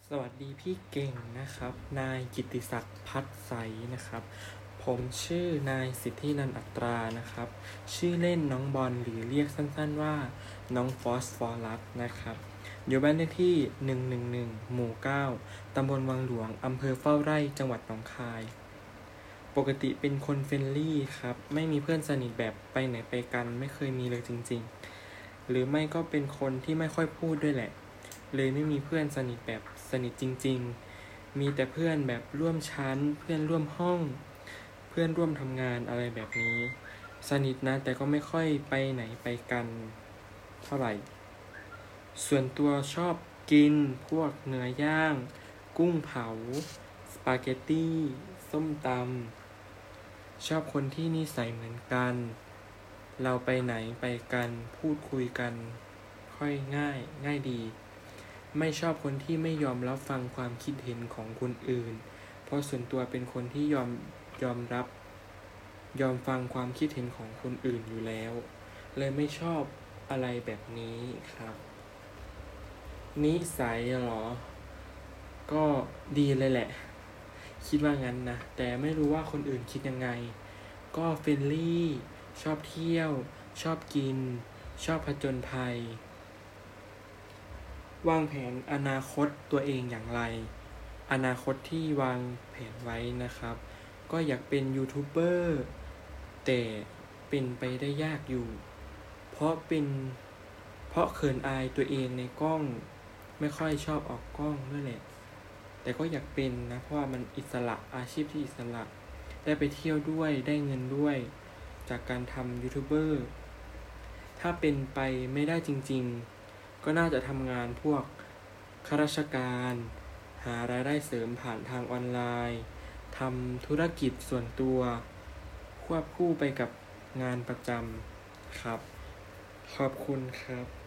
สวัสดีพี่เก่งนะครับนายกิตติศักดิ์พัฒใสนะครับผมชื่อนายสิทธินันท์อัตรานะครับชื่อเล่นน้องบอลหรือเรียกสั้นๆว่าน้องฟอสฟอรัสนะครับอยู่บ้านเลขที่111หมู่9ตำบลวังหลวงอำเภอเฝ้าไร่จังหวัดหนองคายปกติเป็นคนเฟรนลี่ครับไม่มีเพื่อนสนิทแบบไปไหนไปกันไม่เคยมีเลยจริงๆหรือไม่ก็เป็นคนที่ไม่ค่อยพูดด้วยแหละเลยไม่มีเพื่อนสนิทแบบสนิทจริงๆมีแต่เพื่อนแบบร่วมชั้นเพื่อนร่วมห้องเพื่อนร่วมทำงานอะไรแบบนี้สนิทนะแต่ก็ไม่ค่อยไปไหนไปกันเท่าไหร่ส่วนตัวชอบกินพวกเนื้อย่างกุ้งเผาสปาเกตตี้ส้มตำชอบคนที่นิสัยเหมือนกันเราไปไหนไปกันพูดคุยกันค่อยง่ายดีไม่ชอบคนที่ไม่ยอมรับฟังความคิดเห็นของคนอื่นเพราะส่วนตัวเป็นคนที่ยอมรับยอมฟังความคิดเห็นของคนอื่นอยู่แล้วเลยไม่ชอบอะไรแบบนี้ครับนิสัยเหรอก็ดีเลยแหละคิดว่างั้นนะแต่ไม่รู้ว่าคนอื่นคิดยังไงก็เฟรนลี่ชอบเที่ยวชอบกินชอบผจญภัยวางแผนอนาคตตัวเองอย่างไรอนาคตที่วางแผนไว้นะครับก็อยากเป็นยูทูบเบอร์แต่เป็นไปได้ยากอยู่เพราะเขินอายตัวเองในกล้องไม่ค่อยชอบออกกล้องด้วยแหละแต่ก็อยากเป็นนะเพราะว่ามันอิสระอาชีพที่อิสระได้ไปเที่ยวด้วยได้เงินด้วยจากการทำยูทูบเบอร์ถ้าเป็นไปไม่ได้จริงๆก็น่าจะทำงานพวกข้าราชการหารายได้เสริมผ่านทางออนไลน์ทำธุรกิจส่วนตัวควบคู่ไปกับงานประจำครับขอบคุณครับ